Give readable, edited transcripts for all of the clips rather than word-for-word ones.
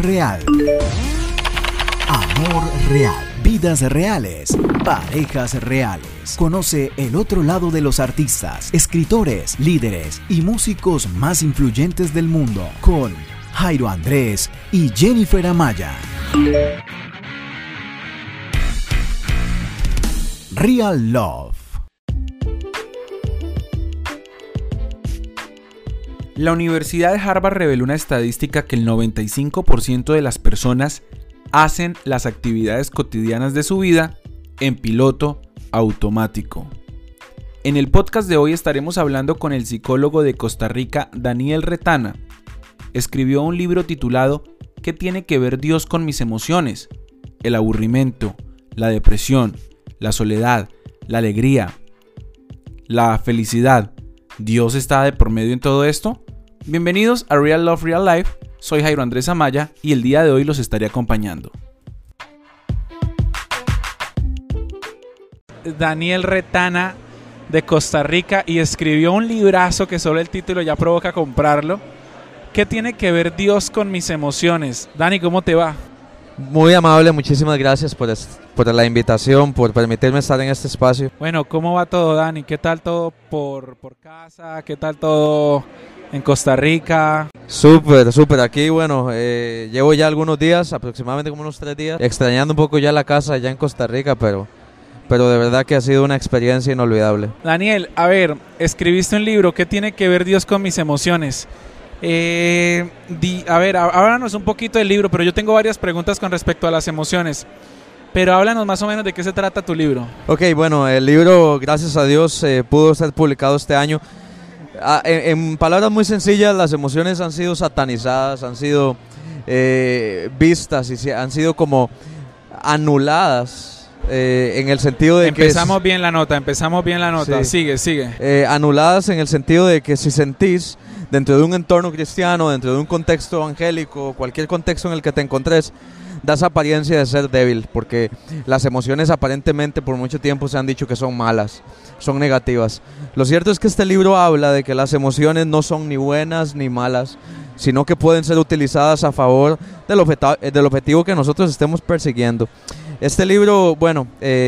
real. Amor real. Vidas reales. Parejas reales. Conoce el otro lado de los artistas, escritores, líderes y músicos más influyentes del mundo con Jairo Andrés y Jennifer Amaya. Real Love. La Universidad de Harvard reveló una estadística que el 95% de las personas hacen las actividades cotidianas de su vida en piloto automático. En el podcast de hoy estaremos hablando con el psicólogo de Costa Rica, Daniel Retana. Escribió un libro titulado ¿Qué tiene que ver Dios con mis emociones? El aburrimiento, la depresión, la soledad, la alegría, la felicidad. ¿Dios está de por medio en todo esto? Bienvenidos a Real Love, Real Life. Soy Jairo Andrés Amaya y el día de hoy los estaré acompañando. Daniel Retana de Costa Rica y escribió un librazo que solo el título ya provoca comprarlo. ¿Qué tiene que ver Dios con mis emociones? Dani, ¿cómo te va? Muy amable, muchísimas gracias por la invitación, por permitirme estar en este espacio. Bueno, ¿cómo va todo, Dani? ¿Qué tal todo por casa? ¿Qué tal todo en Costa Rica? Súper. Aquí, bueno, llevo ya algunos días, aproximadamente como unos 3 días, extrañando un poco ya la casa allá en Costa Rica, pero de verdad que ha sido una experiencia inolvidable. Daniel, a ver, escribiste un libro, ¿qué tiene que ver Dios con mis emociones? A ver, háblanos un poquito del libro, pero yo tengo varias preguntas con respecto a las emociones. Pero háblanos más o menos de qué se trata tu libro. Ok, bueno, el libro, gracias a Dios, pudo ser publicado este año. En palabras muy sencillas, las emociones han sido satanizadas, han sido vistas y han sido como anuladas en el sentido de que... Empezamos bien la nota, sí. Sigue. Anuladas en el sentido de que si sentís dentro de un entorno cristiano, dentro de un contexto evangélico, cualquier contexto en el que te encontres, das apariencia de ser débil, porque las emociones aparentemente por mucho tiempo se han dicho que son malas, son negativas. Lo cierto es que este libro habla de que las emociones no son ni buenas ni malas, sino que pueden ser utilizadas a favor del objetivo que nosotros estemos persiguiendo. Este libro, bueno,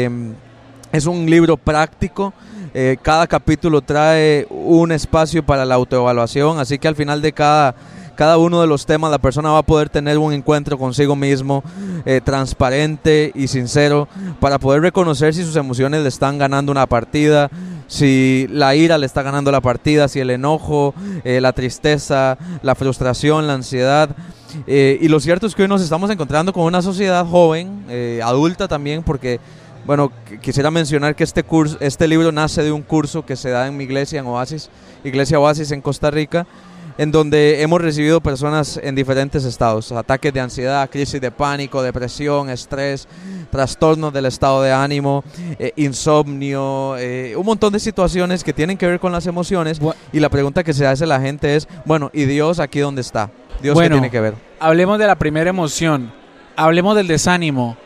es un libro práctico. Cada capítulo trae un espacio para la autoevaluación, así que al final de cada uno de los temas la persona va a poder tener un encuentro consigo mismo transparente y sincero para poder reconocer si sus emociones le están ganando una partida, si la ira le está ganando la partida, si el enojo, la tristeza, la frustración, la ansiedad. Y lo cierto es que hoy nos estamos encontrando con una sociedad joven, adulta también, porque bueno, quisiera mencionar que este libro nace de un curso que se da en mi iglesia, en Oasis, Iglesia Oasis en Costa Rica, en donde hemos recibido personas en diferentes estados, ataques de ansiedad, crisis de pánico, depresión, estrés, trastornos del estado de ánimo, insomnio, un montón de situaciones que tienen que ver con las emociones. Y la pregunta que se hace la gente es, bueno, ¿y Dios aquí dónde está? ¿Dios qué tiene que ver? Hablemos de la primera emoción, hablemos del desánimo.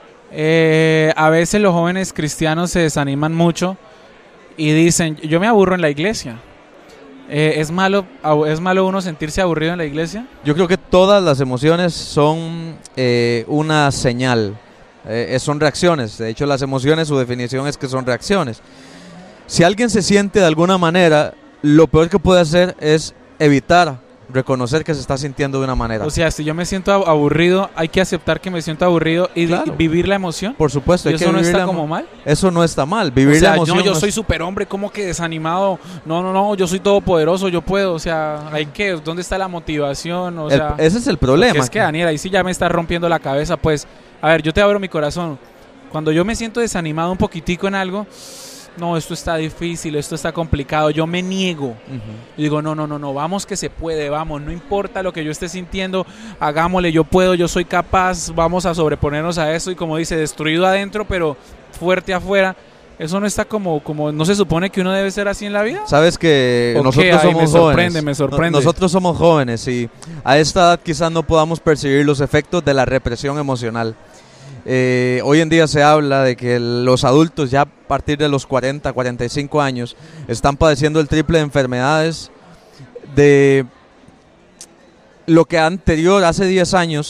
A veces los jóvenes cristianos se desaniman mucho y dicen, yo me aburro en la iglesia. ¿Es malo uno sentirse aburrido en la iglesia? Yo creo que todas las emociones son una señal, son reacciones. De hecho, las emociones, su definición es que son reacciones. Si alguien se siente de alguna manera, lo peor que puede hacer es evitar reconocer que se está sintiendo de una manera. O sea, si yo me siento aburrido, hay que aceptar que me siento aburrido y, claro, y vivir la emoción. Por supuesto. ¿Y eso no está como mal? Eso no está mal. Vivir la emoción. No, yo soy superhombre, ¿cómo que desanimado? No, yo soy todopoderoso, yo puedo. O sea, ¿hay qué? ¿Dónde está la motivación? O sea, ese es el problema. Es que Daniel, ahí sí ya me está rompiendo la cabeza. Pues, a ver, yo te abro mi corazón. Cuando yo me siento desanimado un poquitico en algo, no, esto está difícil, esto está complicado, yo me niego. Y digo, no, vamos que se puede, vamos, no importa lo que yo esté sintiendo, hagámosle, yo puedo, yo soy capaz, vamos a sobreponernos a eso. Y como dice, destruido adentro, pero fuerte afuera. Eso no está como no se supone que uno debe ser así en la vida. Sabes que nosotros somos jóvenes. Me sorprende. Nosotros somos jóvenes y a esta edad quizás no podamos percibir los efectos de la represión emocional. Hoy en día se habla de que los adultos ya a partir de los 40, 45 años están padeciendo el triple de enfermedades de lo que anterior, hace 10 años,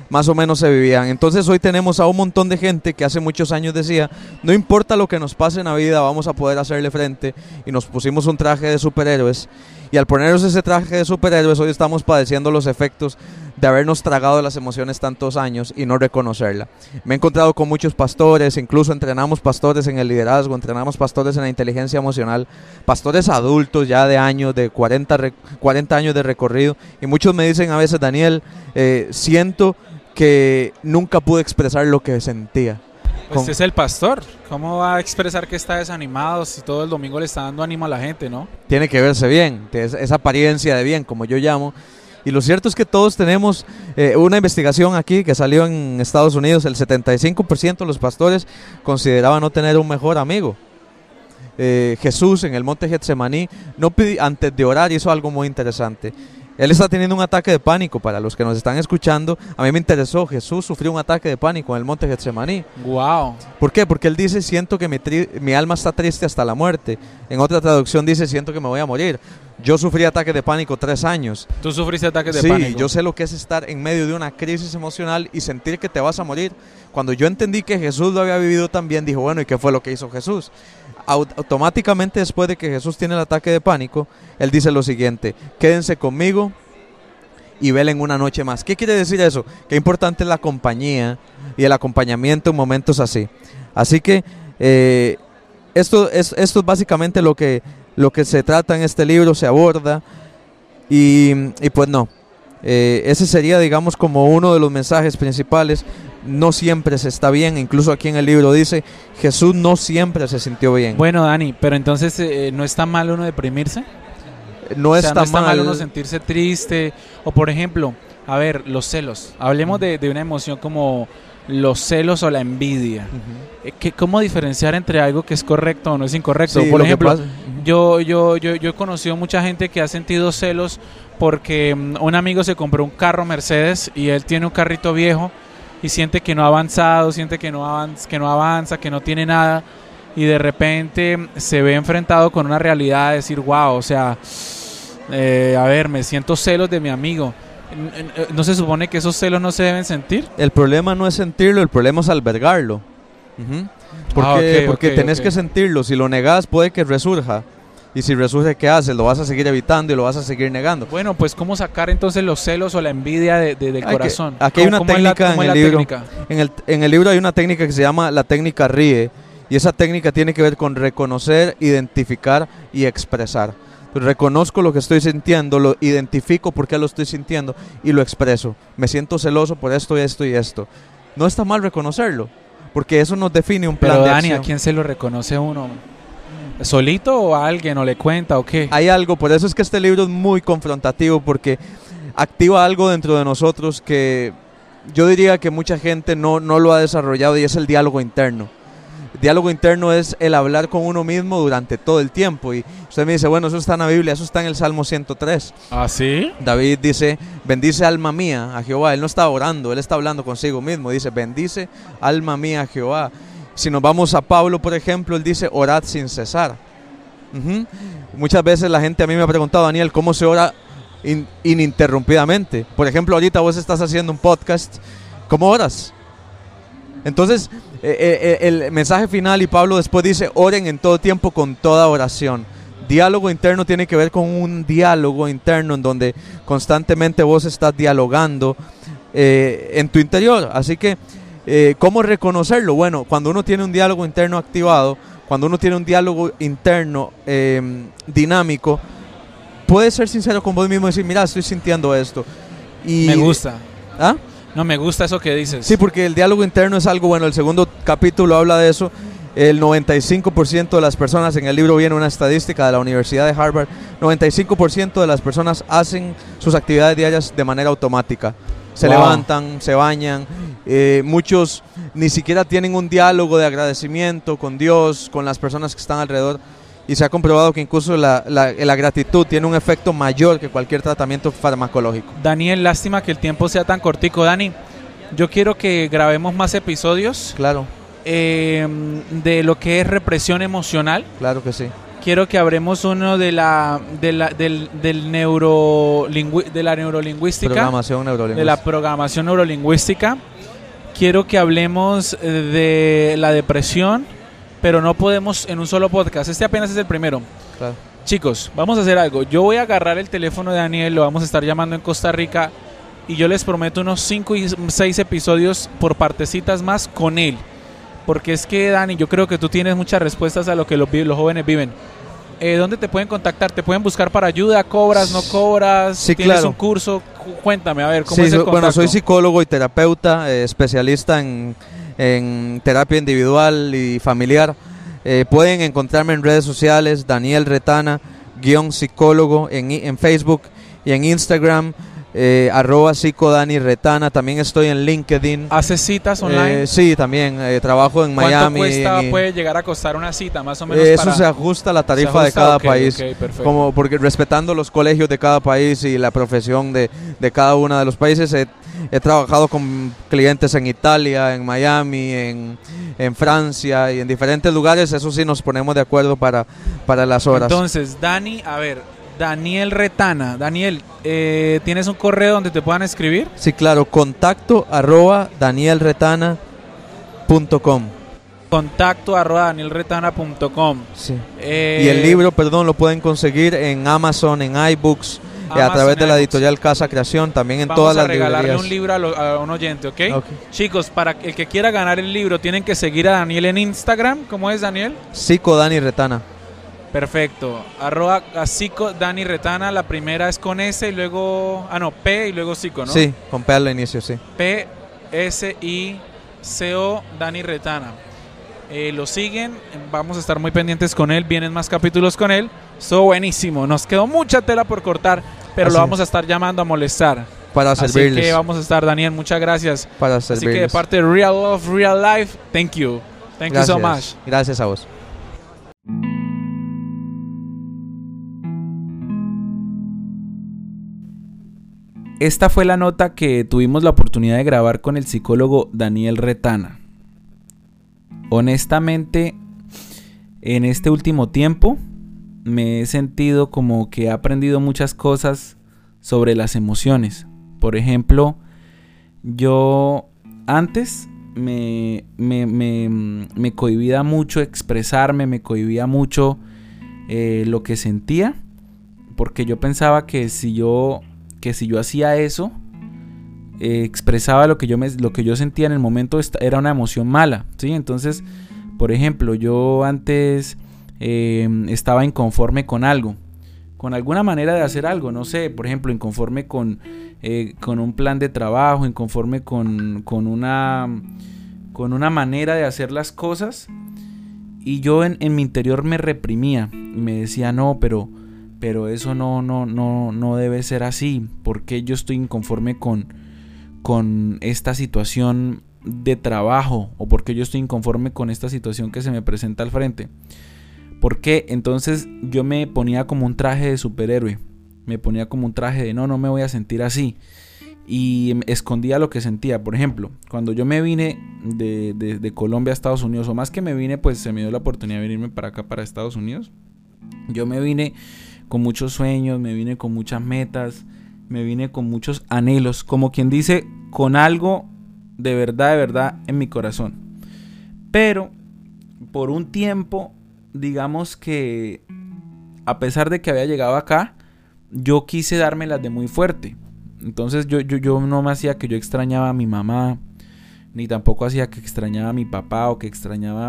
más o menos se vivían. Entonces hoy tenemos a un montón de gente que hace muchos años decía, no importa lo que nos pase en la vida, vamos a poder hacerle frente, y nos pusimos un traje de superhéroes, y al ponernos ese traje de superhéroes hoy estamos padeciendo los efectos de habernos tragado las emociones tantos años y no reconocerla. Me he encontrado con muchos pastores, incluso entrenamos pastores en el liderazgo, entrenamos pastores en la inteligencia emocional, pastores adultos ya de años, de 40 años de recorrido, y muchos me dicen a veces, Daniel, siento que nunca pude expresar lo que sentía. Pues es el pastor, ¿cómo va a expresar que está desanimado si todo el domingo le está dando ánimo a la gente, no? Tiene que verse bien, esa apariencia de bien, como yo llamo. Y lo cierto es que todos tenemos una investigación aquí que salió en Estados Unidos, el 75% de los pastores consideraban no tener un mejor amigo. Jesús en el monte Getsemaní, antes de orar, hizo algo muy interesante. Él está teniendo un ataque de pánico. Para los que nos están escuchando, a mí me interesó, Jesús sufrió un ataque de pánico en el monte Getsemaní. Wow. ¿Por qué? Porque él dice, siento que mi alma está triste hasta la muerte. En otra traducción dice, siento que me voy a morir. Yo sufrí ataque de pánico 3 años. ¿Tú sufriste ataques de sí, pánico? Sí, yo sé lo que es estar en medio de una crisis emocional y sentir que te vas a morir. Cuando yo entendí que Jesús lo había vivido también, dijo, bueno, ¿y qué fue lo que hizo Jesús? Automáticamente después de que Jesús tiene el ataque de pánico, él dice lo siguiente, quédense conmigo y velen una noche más. ¿Qué quiere decir eso? Que importante es la compañía y el acompañamiento en momentos así. Así que esto es básicamente lo que se trata en este libro, se aborda y pues no. Ese sería, digamos, como uno de los mensajes principales. No siempre se está bien, incluso aquí en el libro dice, Jesús no siempre se sintió bien. Bueno, Dani, pero entonces ¿no está mal uno deprimirse? No está mal uno sentirse triste, o por ejemplo, a ver, los celos. Hablemos de una emoción como los celos o la envidia. ¿Cómo diferenciar entre algo que es correcto o no es incorrecto? Sí, por ejemplo, yo he conocido mucha gente que ha sentido celos porque un amigo se compró un carro Mercedes y él tiene un carrito viejo y siente que no ha avanzado, siente que no avanza, que no tiene nada, y de repente se ve enfrentado con una realidad de decir, wow, o sea, a ver, me siento celos de mi amigo. ¿No se supone que esos celos no se deben sentir? El problema no es sentirlo, el problema es albergarlo. Porque tenés que sentirlo. Si lo negás puede que resurja. Y si resurge, ¿qué haces? Lo vas a seguir evitando y lo vas a seguir negando. Bueno, pues ¿cómo sacar entonces los celos o la envidia del corazón? Aquí hay una técnica en el libro. En el libro hay una técnica que se llama la técnica RIE. Y esa técnica tiene que ver con reconocer, identificar y expresar. Reconozco lo que estoy sintiendo, lo identifico por qué lo estoy sintiendo y lo expreso. Me siento celoso por esto y esto y esto. No está mal reconocerlo, porque eso nos define un plan de acción. Pero Dani, ¿a quién se lo reconoce uno? ¿Solito o a alguien o le cuenta o qué? Hay algo, por eso es que este libro es muy confrontativo, porque activa algo dentro de nosotros que yo diría que mucha gente no lo ha desarrollado, y es el diálogo interno. El diálogo interno es el hablar con uno mismo durante todo el tiempo. Y usted me dice, bueno, eso está en la Biblia, eso está en el Salmo 103. ¿Ah, sí? David dice, bendice alma mía a Jehová. Él no está orando, él está hablando consigo mismo. Dice, bendice alma mía a Jehová. Si nos vamos a Pablo, por ejemplo, él dice, orad sin cesar. Muchas veces la gente a mí me ha preguntado, Daniel, ¿cómo se ora ininterrumpidamente? Por ejemplo, ahorita vos estás haciendo un podcast, ¿cómo oras? Entonces, el mensaje final, y Pablo después dice, oren en todo tiempo con toda oración. Diálogo interno tiene que ver con un diálogo interno en donde constantemente vos estás dialogando en tu interior. Así que, ¿cómo reconocerlo? Bueno, cuando uno tiene un diálogo interno activado, cuando uno tiene un diálogo interno dinámico, puedes ser sincero con vos mismo y decir, mira, estoy sintiendo esto. Y, me gusta. ¿Ah? No, me gusta eso que dices. Sí, porque el diálogo interno es algo bueno. El segundo capítulo habla de eso. El 95% de las personas, en el libro viene una estadística de la Universidad de Harvard, 95% de las personas hacen sus actividades diarias de manera automática. Se levantan, se bañan, muchos ni siquiera tienen un diálogo de agradecimiento con Dios, con las personas que están alrededor. Y se ha comprobado que incluso la gratitud tiene un efecto mayor que cualquier tratamiento farmacológico. Daniel, lástima que el tiempo sea tan cortico. Dani, yo quiero que grabemos más episodios. Claro. De lo que es represión emocional. Claro que sí. quiero que hablemos uno de la neurolingüística. Programación neurolingüística. De la programación neurolingüística. Quiero que hablemos de la depresión, pero no podemos en un solo podcast. Este apenas es el primero. Claro. Chicos, vamos a hacer algo. Yo voy a agarrar el teléfono de Daniel, lo vamos a estar llamando en Costa Rica y yo les prometo unos 5 y 6 episodios por partecitas más con él. Porque es que, Dani, yo creo que tú tienes muchas respuestas a lo que los jóvenes viven. ¿Dónde te pueden contactar? ¿Te pueden buscar para ayuda? ¿Cobras? ¿No cobras? Sí, ¿Tienes claro. un curso? Cuéntame, a ver, ¿cómo es el contacto? Bueno, soy psicólogo y terapeuta, especialista en terapia individual y familiar. Pueden encontrarme en redes sociales, Daniel Retana, _psicólogo en Facebook y en Instagram, @psicoDaniRetana. También estoy en LinkedIn. ¿Haces citas online? Sí, también trabajo en Miami. ¿Cuánto puede llegar a costar una cita, más o menos? Eso se ajusta a la tarifa de cada país, como porque respetando los colegios de cada país y la profesión de cada uno de los países. He trabajado con clientes en Italia, en Miami, en Francia y en diferentes lugares. Eso sí, nos ponemos de acuerdo para las horas. Entonces, Daniel Retana. Daniel, ¿tienes un correo donde te puedan escribir? Sí, claro, contacto @danielretana.com. Contacto @danielretana.com. Sí. Y el libro, lo pueden conseguir en Amazon, en iBooks, a través de la editorial Casa Creación, también en todas las librerías. Vamos a regalarle un libro a un oyente, ¿ok? Chicos, para el que quiera ganar el libro, tienen que seguir a Daniel en Instagram. ¿Cómo es, Daniel? psicoDaniRetana. Perfecto. @psicoDaniRetana. La primera es con S y luego... P y luego psico, ¿no? Sí, con P al inicio, sí. PSICO Dani Retana. Lo siguen, vamos a estar muy pendientes con él, vienen más capítulos con él. Buenísimo, nos quedó mucha tela por cortar, pero lo vamos a estar llamando a molestar. Para servirles. Así que vamos a estar, Daniel, muchas gracias. Para servirles. Así que de parte de Real Love, Real Life, thank you. Thank you so much. Gracias a vos. Esta fue la nota que tuvimos la oportunidad de grabar con el psicólogo Daniel Retana. Honestamente, en este último tiempo me he sentido como que he aprendido muchas cosas sobre las emociones. Por ejemplo, yo antes me cohibía mucho expresarme, me cohibía mucho lo que sentía, porque yo pensaba que si yo hacía eso, expresaba lo que yo sentía en el momento, era una emoción mala, ¿sí? Entonces, por ejemplo, yo antes estaba inconforme con algo, con alguna manera de hacer algo, no sé, por ejemplo, inconforme con un plan de trabajo, inconforme con una manera de hacer las cosas, y yo en mi interior me reprimía y me decía, no, pero eso no debe ser así. ¿Por qué yo estoy inconforme con esta situación de trabajo? ¿O por qué yo estoy inconforme con esta situación que se me presenta al frente? Porque entonces yo me ponía como un traje de superhéroe. Me ponía como un traje de no me voy a sentir así. Y escondía lo que sentía. Por ejemplo, cuando yo me vine de Colombia a Estados Unidos, o más que me vine, pues se me dio la oportunidad de venirme para acá, para Estados Unidos. Yo me vine con muchos sueños, me vine con muchas metas, me vine con muchos anhelos, como quien dice, con algo de verdad en mi corazón. Pero por un tiempo, digamos que a pesar de que había llegado acá, yo quise dármelas de muy fuerte. Entonces yo no me hacía que yo extrañaba a mi mamá, ni tampoco hacía que extrañaba a mi papá o que extrañaba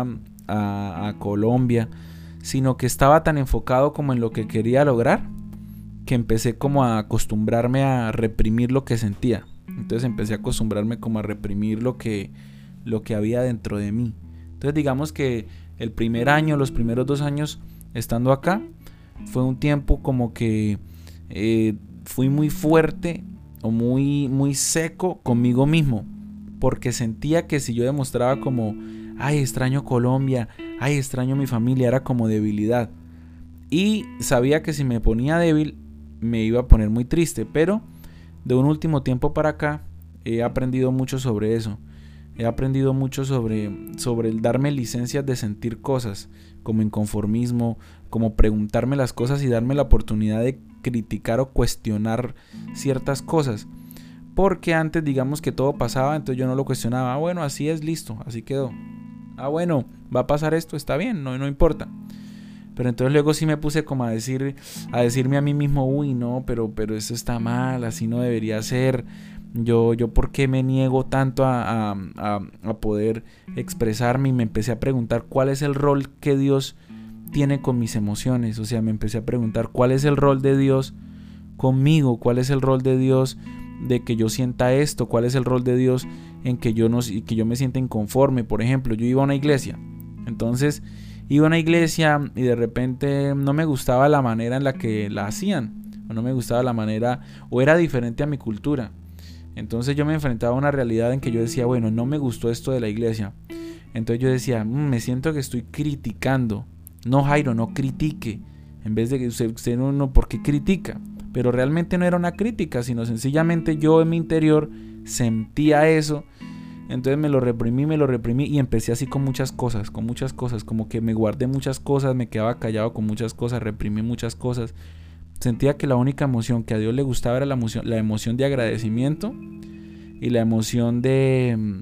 a Colombia, sino que estaba tan enfocado como en lo que quería lograr, que empecé como a acostumbrarme a reprimir lo que sentía. Entonces empecé a acostumbrarme como a reprimir lo que había dentro de mí. Entonces digamos que el primer año, los primeros 2 años estando acá, fue un tiempo como que fui muy fuerte o muy seco conmigo mismo, porque sentía que si yo demostraba como ay, extraño Colombia, ay, extraño mi familia, era como debilidad. Y sabía que si me ponía débil, me iba a poner muy triste. Pero de un último tiempo para acá, he aprendido mucho sobre eso. he aprendido mucho sobre el darme licencias de sentir cosas, como inconformismo, como preguntarme las cosas y darme la oportunidad de criticar o cuestionar ciertas cosas. Porque antes, digamos que todo pasaba, entonces yo no lo cuestionaba. Bueno, así es, listo, así quedó. Bueno, va a pasar esto, está bien, no importa. Pero entonces luego sí me puse como a decirme a mí mismo, uy, no, pero eso está mal, así no debería ser. Yo ¿por qué me niego tanto a poder expresarme? Y me empecé a preguntar cuál es el rol que Dios tiene con mis emociones. O sea, me empecé a preguntar cuál es el rol de Dios conmigo, cuál es el rol de Dios de que yo sienta esto, cuál es el rol de Dios en que yo me sienta inconforme. Por ejemplo, yo iba a una iglesia, entonces iba a una iglesia y de repente no me gustaba la manera en la que la hacían, o no me gustaba la manera, o era diferente a mi cultura. Entonces yo me enfrentaba a una realidad en que yo decía, bueno, no me gustó esto de la iglesia. Entonces yo decía, me siento que estoy criticando. No, Jairo, no critique. En vez de que usted no, ¿por qué critica? Pero realmente no era una crítica, sino sencillamente yo en mi interior sentía eso. Entonces me lo reprimí y empecé así con muchas cosas, como que me guardé muchas cosas, me quedaba callado con muchas cosas, reprimí muchas cosas. Sentía que la única emoción que a Dios le gustaba era la emoción de agradecimiento y la emoción de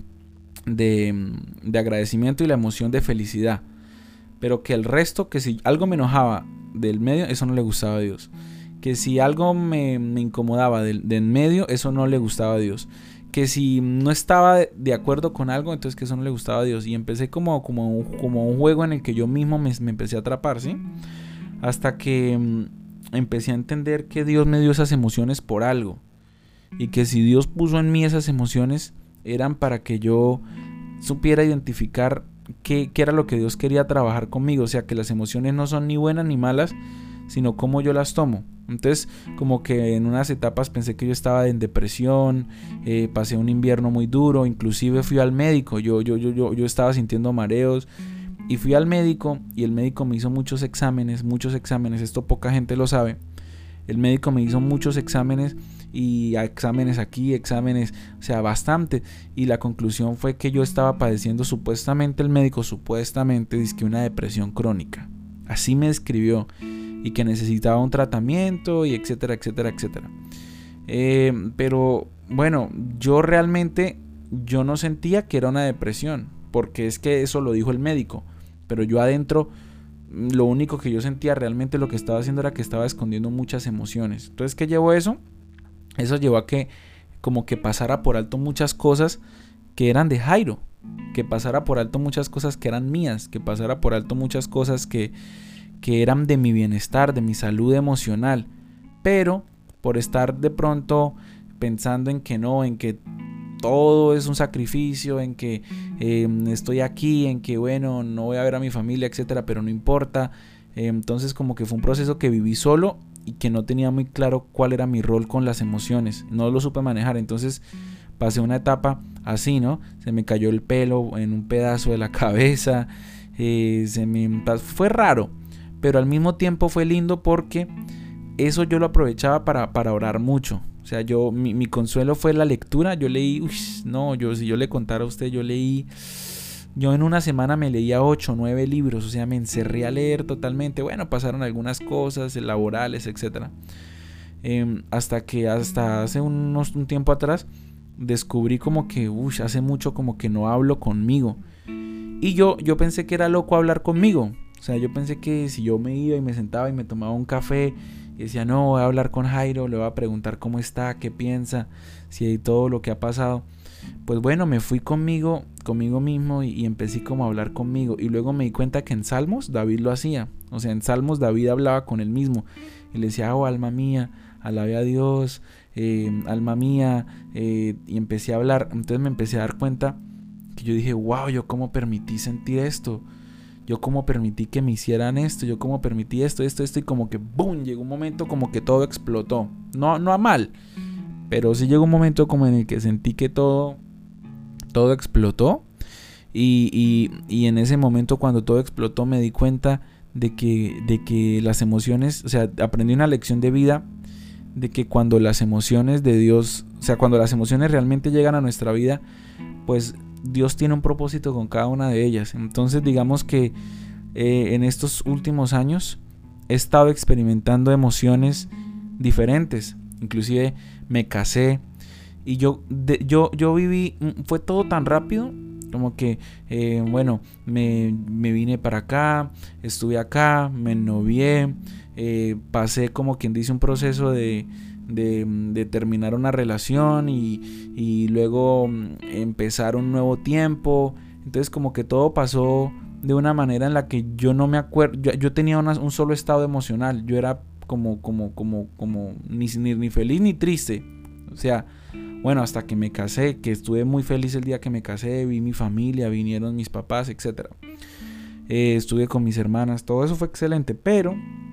agradecimiento y la emoción de felicidad. Pero que el resto, que si algo me enojaba del medio, eso no le gustaba a Dios. Que si algo me incomodaba del en medio, eso no le gustaba a Dios. Que si no estaba de acuerdo con algo, entonces que eso no le gustaba a Dios. Y empecé como un juego en el que yo mismo me empecé a atrapar, ¿sí? Hasta que empecé a entender que Dios me dio esas emociones por algo. Y que si Dios puso en mí esas emociones, eran para que yo supiera identificar qué era lo que Dios quería trabajar conmigo. O sea, que las emociones no son ni buenas ni malas, sino cómo yo las tomo. Entonces, como que en unas etapas pensé que yo estaba en depresión, pasé un invierno muy duro, inclusive fui al médico, yo estaba sintiendo mareos y fui al médico y el médico me hizo muchos exámenes, esto poca gente lo sabe. El médico me hizo muchos exámenes y exámenes aquí, exámenes, o sea, bastante. Y la conclusión fue que yo estaba padeciendo, supuestamente el médico, dizque una depresión crónica. Así me describió. Y que necesitaba un tratamiento y etcétera, etcétera, etcétera. Pero bueno, yo realmente no sentía que era una depresión, porque es que eso lo dijo el médico. Pero yo adentro, lo único que yo sentía realmente lo que estaba haciendo era que estaba escondiendo muchas emociones. Entonces, ¿qué llevó eso? Eso llevó a que como que pasara por alto muchas cosas que eran de Jairo, que pasara por alto muchas cosas que eran mías, que pasara por alto muchas cosas que eran de mi bienestar, de mi salud emocional, pero por estar de pronto pensando en que no, en que todo es un sacrificio, en que estoy aquí, en que bueno, no voy a ver a mi familia, etcétera, pero no importa. Entonces como que fue un proceso que viví solo y que no tenía muy claro cuál era mi rol con las emociones, no lo supe manejar. Entonces pasé una etapa así, ¿no? Se me cayó el pelo en un pedazo de la cabeza, fue raro. Pero al mismo tiempo fue lindo porque eso yo lo aprovechaba para orar mucho. O sea, mi consuelo fue la lectura. Yo leí, si yo le contara a usted, yo en una semana me leía 8 o 9 libros. O sea, me encerré a leer totalmente. Bueno, pasaron algunas cosas laborales, etc. Hasta hace un tiempo atrás descubrí como que, hace mucho como que no hablo conmigo. Y yo pensé que era loco hablar conmigo. O sea, yo pensé que si yo me iba y me sentaba y me tomaba un café y decía, no, voy a hablar con Jairo, le voy a preguntar cómo está, qué piensa, si hay todo lo que ha pasado. Pues bueno, me fui conmigo mismo y empecé como a hablar conmigo. Y luego me di cuenta que en Salmos David lo hacía. O sea, en Salmos David hablaba con él mismo. Y le decía, alma mía, alabe a Dios, alma mía. Y empecé a hablar. Entonces me empecé a dar cuenta que yo dije, wow, yo cómo permití sentir esto. Yo cómo permití que me hicieran esto, yo cómo permití esto, y como que ¡boom! Llegó un momento como que todo explotó. No a mal, pero sí llegó un momento como en el que sentí que todo explotó. Y en ese momento cuando todo explotó me di cuenta de que las emociones, o sea, aprendí una lección de vida de que cuando las emociones de Dios, o sea, cuando las emociones realmente llegan a nuestra vida, pues Dios tiene un propósito con cada una de ellas. Entonces digamos que en estos últimos años he estado experimentando emociones diferentes. Inclusive me casé y yo viví, fue todo tan rápido, como que me vine para acá, estuve acá, me novié, pasé, como quien dice, un proceso de terminar una relación y luego empezar un nuevo tiempo. Entonces como que todo pasó de una manera en la que yo no me acuerdo. Yo tenía un solo estado emocional. Yo era como ni feliz ni triste. O sea, bueno, hasta que me casé, que estuve muy feliz el día que me casé, vi mi familia, vinieron mis papás, etc. Estuve con mis hermanas, todo eso fue excelente, pero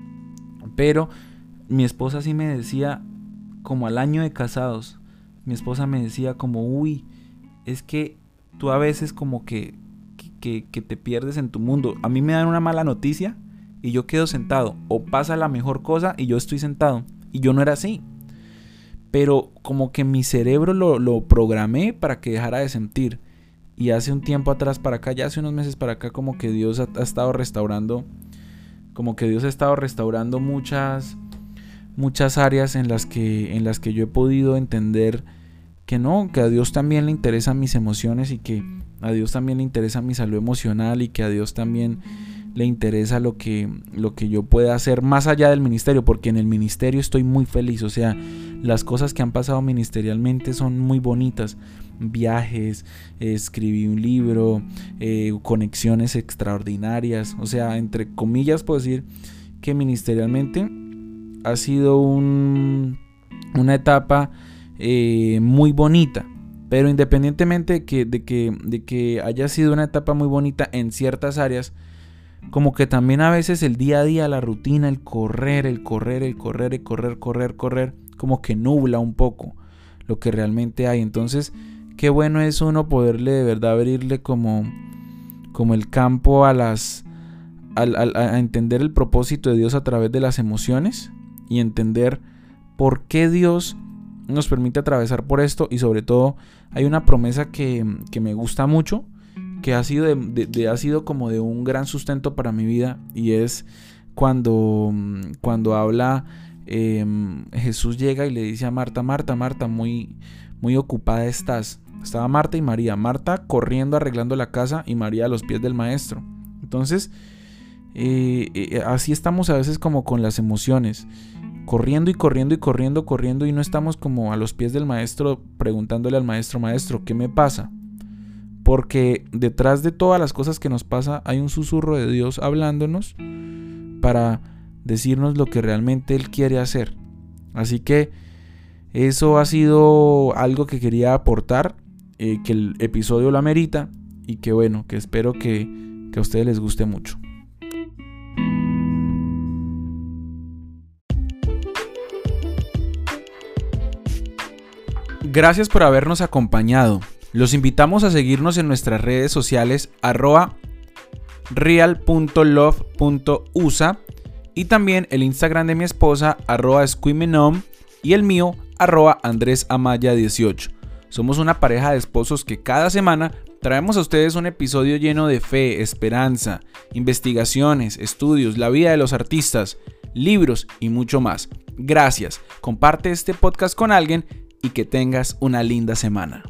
mi esposa sí me decía, como al año de casados, mi esposa me decía como, uy, es que tú a veces como que te pierdes en tu mundo. A mí me dan una mala noticia y yo quedo sentado, o pasa la mejor cosa y yo estoy sentado, y yo no era así. Pero como que mi cerebro lo programé para que dejara de sentir. Y hace un tiempo atrás para acá, ya hace unos meses para acá, como que Dios ha estado restaurando. Como que Dios ha estado restaurando muchas áreas en las que yo he podido entender que no, que a Dios también le interesan mis emociones, y que a Dios también le interesa mi salud emocional, y que a Dios también le interesa lo que yo pueda hacer más allá del ministerio, porque en el ministerio estoy muy feliz. O sea, las cosas que han pasado ministerialmente son muy bonitas. Viajes, escribí un libro, conexiones extraordinarias. O sea, entre comillas puedo decir que ministerialmente ha sido una etapa muy bonita. Pero independientemente de que haya sido una etapa muy bonita en ciertas áreas, como que también a veces el día a día, la rutina, el correr, como que nubla un poco lo que realmente hay. Entonces, qué bueno es uno poderle de verdad abrirle como el campo a entender el propósito de Dios a través de las emociones, y entender por qué Dios nos permite atravesar por esto. Y sobre todo hay una promesa que me gusta mucho, que ha sido como de un gran sustento para mi vida, y es cuando habla, Jesús llega y le dice a Marta, Marta, muy, muy ocupada estás. Estaba Marta y María, Marta corriendo, arreglando la casa, y María a los pies del maestro. Entonces, así estamos a veces como con las emociones, corriendo, y no estamos como a los pies del maestro preguntándole al maestro, ¿qué me pasa? Porque detrás de todas las cosas que nos pasa hay un susurro de Dios hablándonos para decirnos lo que realmente Él quiere hacer. Así que eso ha sido algo que quería aportar, que el episodio lo amerita, y que bueno, que espero que a ustedes les guste mucho. Gracias por habernos acompañado. Los invitamos a seguirnos en nuestras redes sociales @real.love.usa, y también el Instagram de mi esposa @squimenom, y el mío @andresamaya18. Somos una pareja de esposos que cada semana traemos a ustedes un episodio lleno de fe, esperanza, investigaciones, estudios, la vida de los artistas, libros y mucho más. Gracias. Comparte este podcast con alguien y que tengas una linda semana.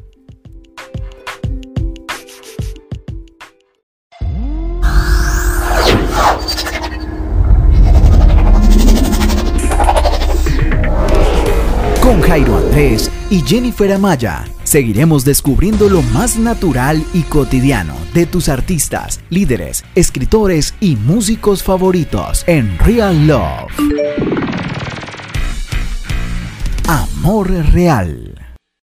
Con Jairo Andrés y Jennifer Amaya seguiremos descubriendo lo más natural y cotidiano de tus artistas, líderes, escritores y músicos favoritos en Real Love. Amor real.